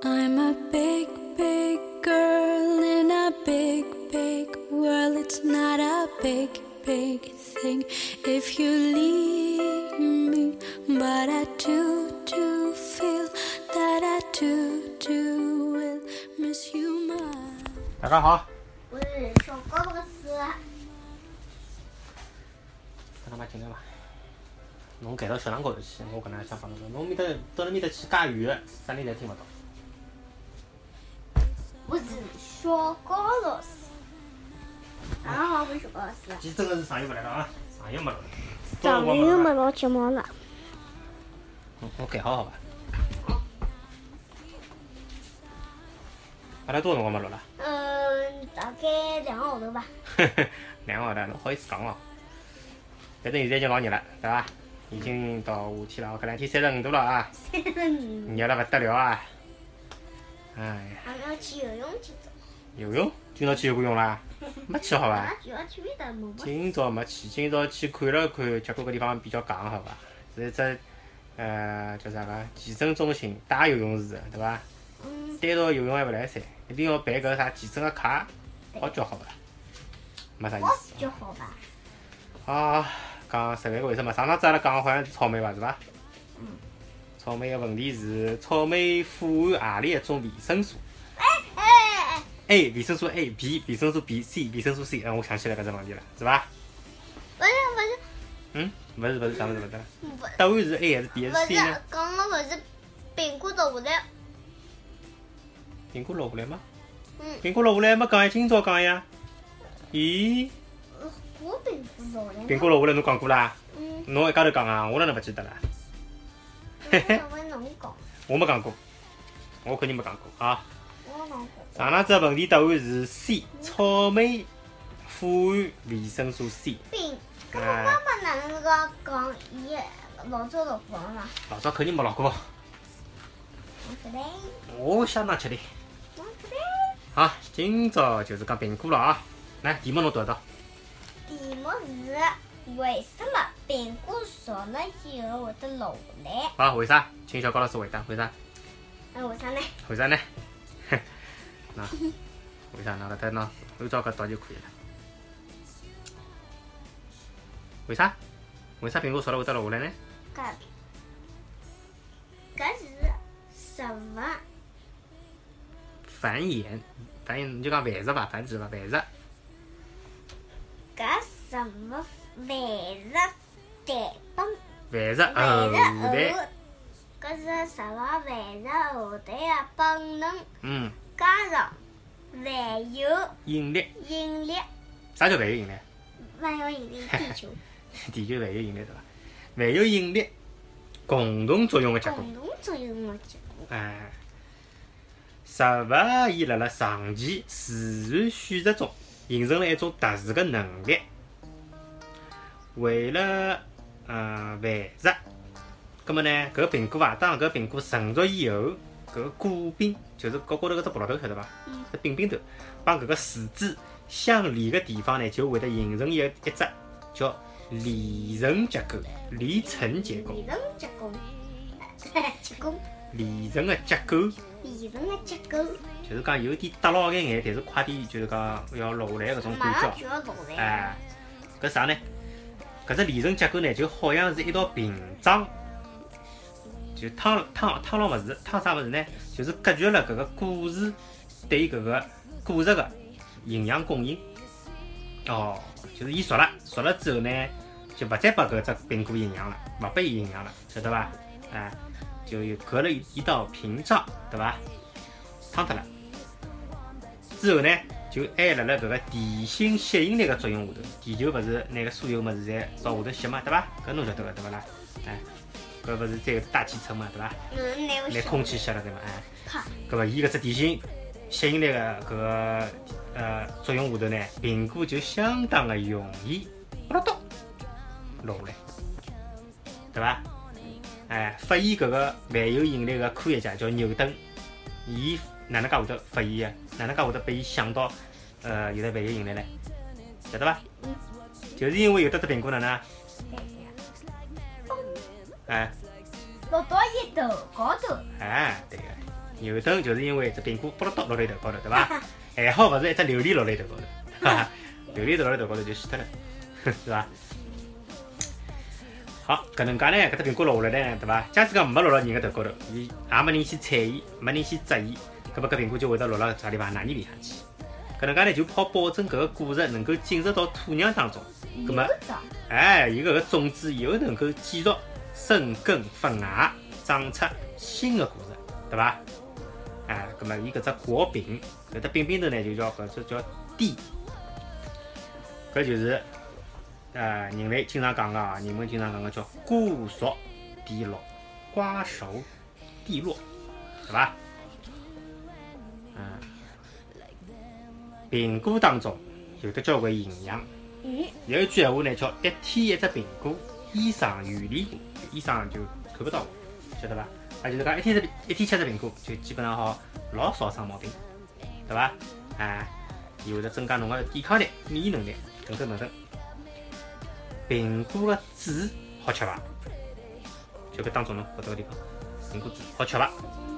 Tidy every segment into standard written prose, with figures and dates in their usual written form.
I'm a big, big girl in a big, big world. It's not a big, big thing if you leave me. But I do feel that I do will miss you more. 大家好， 我是小高老师。 跟他妈进来吧。侬盖到小廊高头去，我跟㑚想法侬面搭到那面搭去加远，啥人侪听勿到。 我是小高老师。大家好，我是小高老师。 其实真的是上月勿来了啊，上月没了。 上个月没录节目了。 我盖好好吧。阿拉多少辰光没录了？ 大概2个号头吧。 2个号头，侬好意思讲哦？反正现在已经老热了，对伐？已经到夏天了，搿2天35度了啊，热了勿得了啊！哎呀， 阿拉要去游泳去走。 游泳？今朝去游过泳啦？没去好伐？ 阿拉就要去面搭摸摸。 今朝没去，今朝去看了看，结果搿地方比较戆，好伐？是一只叫啥个健身中心带游泳池的，对伐？单独游泳还勿来三，一定要办搿啥健身个卡，好叫好伐？没啥意思。 就好吧。 啊，讲实在个为什么？上趟子阿拉讲好像是草莓伐，是伐？草莓个问题是草莓富含何里一种维生素？A 维生素 A，B 维生素 B，C 维生素 C。我想起来搿只问题了，是伐？ 勿是。 勿是，讲勿是勿得了。答案是 A 还是 B 还是 C 呢？ 讲个勿是苹果落下来。 苹果落下来吗？苹果落下来没讲呀，今朝讲呀。咦？ 我苹果落下来。 苹果落下来侬讲过啦？侬一家头讲啊，我哪能勿记得啦？嘿嘿， 因为侬讲。 我没讲过，我肯定没讲过啊。 我讲过。 上趟子问题答案是 C， 草莓富含维生素 C。 搿我妈妈哪能个讲伊老早落过嘛？ 老早肯定没落过， 我不对。 我相当确定。 我不对。 好，今朝就是讲苹果了啊。来，题目侬读一读。 题目是为什么苹果熟了以后会得落下来？ 好，为啥？请小高老师回答。为啥？ 为啥呢？ 为啥呢？那为啥？那搿搭喏，按照搿读就可以了。为啥？为啥苹果熟了会得落下来呢？ 搿是什么？ 繁衍你就讲繁殖伐？繁殖伐？繁殖。 搿什么繁殖代本？ 繁殖后代。 搿是什么繁殖后代的本能？加上万有引力。 引力。 啥叫万有引力？ 万有引力，地球。 地球万有引力对伐？万有引力共同作用的结果。 共同作用的结果。 植物伊辣辣长期自然选择中形成了一种特殊的能力，为了繁殖。葛末呢，搿个苹果啊，当搿苹果成熟以后，搿个果柄就是高高头搿只葡萄头晓得伐？只柄头帮搿个树枝相连个地方呢，就会得形成一只叫离层结构。离层结构。 离层结构。 离层个结构。 离层个结构。 就是讲有点耷牢眼，但是快点就是讲要落下来搿种感觉。 马上就要落来。 搿啥呢？搿只离层结构呢，就好像是一道屏障，就趟牢物事，趟啥物事呢？就是隔绝了搿个果实对搿个果实个营养供应。就是伊熟了之后呢，就勿再拨搿只苹果营养了，勿拨伊营养了，晓得伐？就有隔了一道屏障，对伐？趟脱了之后呢，就还辣辣搿个地心吸引力个作用下头，地球勿是拿个所有物事侪朝下头吸嘛，对伐？搿侬晓得个对勿啦？搿勿是再有大气层嘛，对伐？拿空气吸了对伐？搿么伊搿只地心吸引力个搿个作用下头呢，苹果就相当个容易落下来，对伐？发现搿个万有引力个科学家叫牛顿，伊哪能介会得发现个？哪能介会得被伊想到有得万有引力呢？晓得伐？就是因为有得只苹果哪能？落到伊头高头。对个。 牛顿就是因为只苹果剥了刀落在头高头，对伐？还好勿是一只榴莲落在头高头，哈，榴莲落在头高头就死脱了，是伐？好，搿能介呢，搿只苹果落下来呢，对伐？假使讲没落到人个头高头，伊也没人去睬伊，没人去摘伊，搿么搿苹果就会得落到啥地方？哪里里向去？搿能介呢，就好保证搿个果实能够进入到土壤当中，搿么，伊搿个种子又能够继续生根发芽，长出新的果实，对伐？搿么伊搿只果柄，搿只柄头呢就叫搿只叫蒂，搿就是人类经常讲个啊，人们经常讲个叫果熟蒂落，瓜熟蒂落，对伐？苹果当中有得交关营养，有一句闲话呢叫一天一只苹果，医生远离我，医生就看不到我，晓得伐？就是讲一天吃只苹果，就基本上好老少生毛病，对伐？伊会得增加侬个抵抗力、免疫能力等等等等。苹果个籽好吃伐？就搿当中侬搿个地方，苹果籽好吃伐？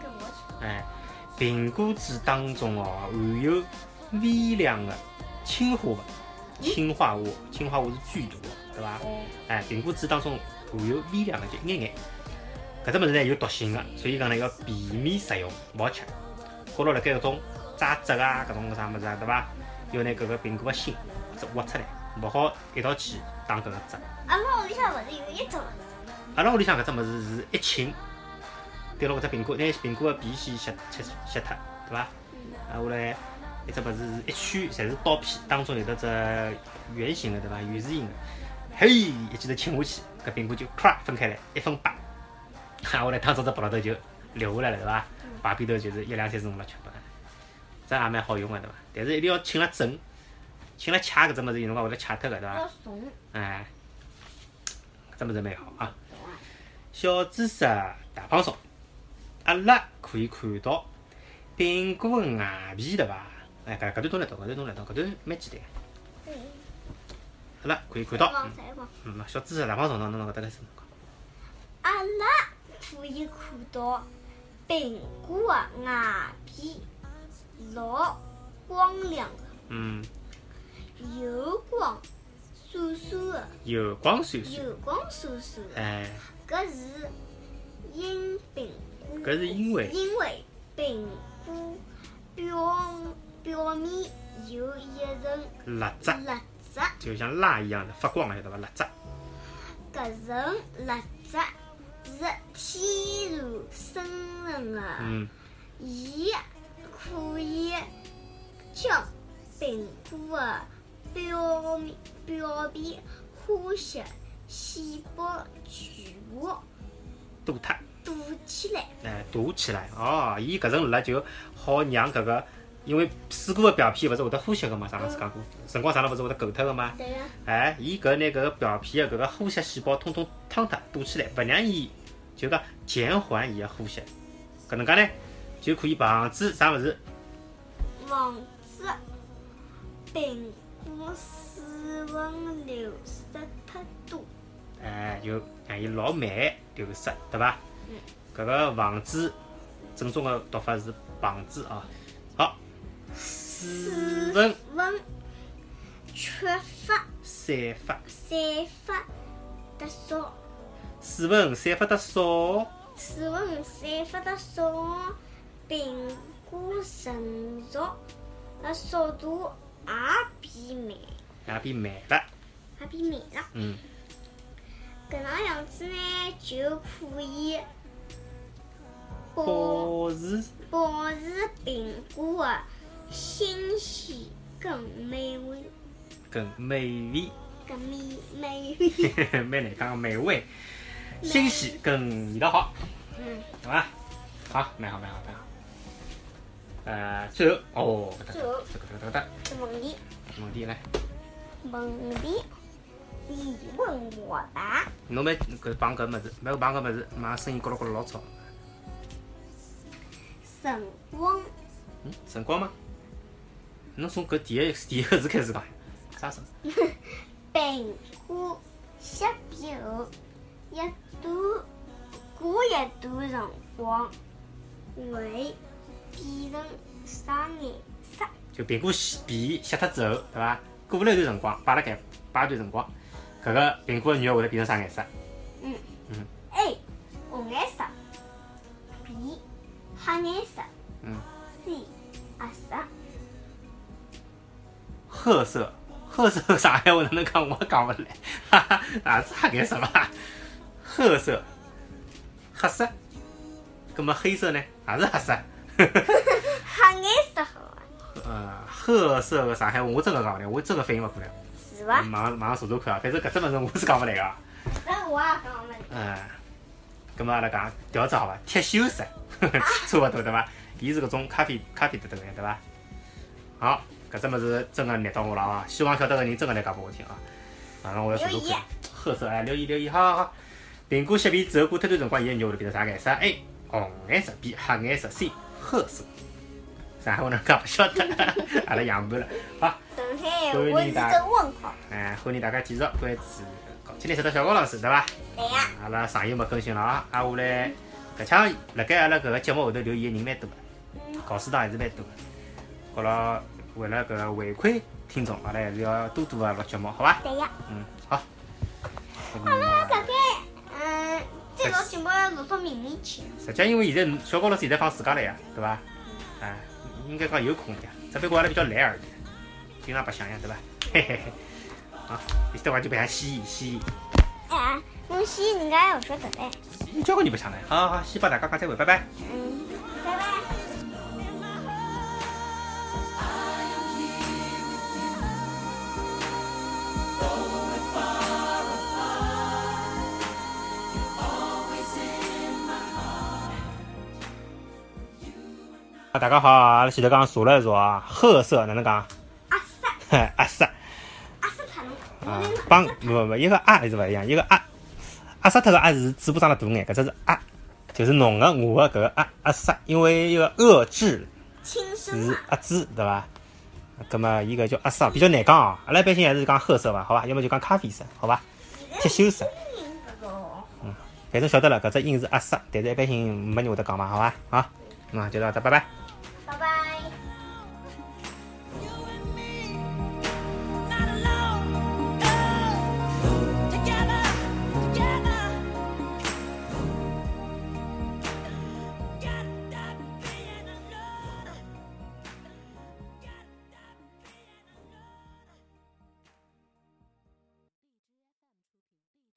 苹果籽当中哦含有微量的氰化物，氰化物是剧毒，对伐？苹果籽当中含有微量的就一眼眼，搿只物事呢有毒性的，所以讲呢要避免食用，勿好吃。高头辣盖搿种榨汁啊，搿种啥物事啊，对伐？要拿搿个苹果个芯只挖出来，勿好一道去打搿个汁。 阿拉屋里向勿是有一种？ 阿拉屋里向搿只物事是一沁，丢落搿只苹果，拿苹果个皮先削脱，对伐？下来一只物事是一圈，侪是刀片，当中有得只圆形的，对伐？圆柱形的，嘿，一记头沁下去，搿苹果就咵分开来，一分八。下来汤中只白老头就流下来了，对伐？旁边头就是1、2、3、4、5、6、7、8，这也蛮好用的，对伐？但是一定要沁了整，沁了恰搿只物事，侬讲会得恰脱个，对伐？ 要怂。 搿只物事蛮好啊。小知识大放送，阿拉可以看到苹果的外皮，对伐？搿段侬来读，搿段蛮简单。阿拉可以看到，小知识大放送，侬搿搭开始。 阿拉可以看到苹果的外皮老光亮的，油光闪闪的， 油光闪闪的。 搿是因苹果， 搿是因为苹果表面有一层蜡质，就像蜡一样的发光的，晓得伐？蜡质。 搿层蜡质是天然生成的，伊可以将苹果的表皮化学细胞全部堵起来。 堵起来哦！伊搿层蜡就好让搿个，因为水果的表皮勿是会得呼吸个嘛？上次讲过，辰光长了勿是会得掼脱个嘛？ 对个。伊搿拿搿个表皮的搿个呼吸细胞统统烫脱堵起来，勿让伊就讲减缓伊的呼吸。搿能介呢，就可以防止啥物事？ 防止苹果水分流失太多。 就让伊老慢流失，对伐？搿个防止正宗的读法是防止啊。好，水分缺乏散发得少。水分散发得少， 苹果成熟的速度也变慢了。搿能样子呢，就可以保持苹果的新鲜更美味。 蛮难讲美味，新鲜更味道好，对伐？好，蛮好。最后哦，这个问题来。 你问我答。 侬没搿帮搿物事，马上声音咕噜咕噜老吵。 晨光。 晨光吗？侬从搿第一个字开始讲，啥声？ 苹果削皮后，过一段辰光会变成啥颜色？ 就苹果皮削脱之后，对伐？过了一段辰光，摆一段辰光，搿个苹果的肉会得变成啥颜色？ 嗯。A 红颜色，B 黑颜色，C 黑色。 褐色，褐色啥闲话哪能讲？我讲勿来，哈哈，哪是黑颜色伐？褐色，黑色，葛么黑色呢？也是黑色。 黑颜色好啊。 褐色个上海话我真个讲勿来，我真个反应勿过来。 是伐？ 马上查查看啊，反正搿只物事我是讲勿来个。 那我也讲勿来。 葛么阿拉讲调只好伐？铁锈色，差勿多对伐？伊是搿种咖啡豆豆个对伐？好，搿只物事真个难到我了啊！希望晓得个人真个来讲拨我听啊！那我要查查看。褐色留意，好。苹果削皮之后过脱段辰光，伊个肉会变成啥颜色 ？A 红颜色，B 黑颜色，C 褐色。上海话能讲勿晓得，阿拉样板了。好， 上海我是真问号。 欢迎大家继续关注搞起来识得小高老师，对伐？ 对呀。 阿拉上一没更新了啊！下来搿腔辣盖阿拉搿个节目后头留言个人蛮多个，搞事党还是蛮多个。好了，为了搿个回馈听众，阿拉还是要多个录节目，好伐？ 对呀。 好。 阿拉大概再录节目要录到明年去。 实际因为现在小高老师现在放暑假了呀，对伐？应该讲有空点，只不过阿拉比较懒而已，经常白相呀，对伐？嘿嘿嘿。好，有的话就白相蜥蜴。 侬蜥蜴人家要晓得嘞。 你交关你白相嘞，好，先帮大家讲再会，拜拜。 拜拜。 大家好，阿拉前头刚查了一查啊，褐色哪能讲？ 黑色。 黑色。 黑色它能。 帮不，一个是勿一样，一个黑色脱个是嘴巴长得大眼，搿只是就是浓个我个搿个黑色，因为一个遏制是遏制，对伐？葛么伊搿叫黑色，比较难讲哦。阿拉一般性还是讲褐色伐，好伐？要么就讲咖啡色，好伐？铁锈色。反正晓得了，搿只音是黑色，但是一般性没人会得讲嘛，好伐？好，那就到这，拜拜。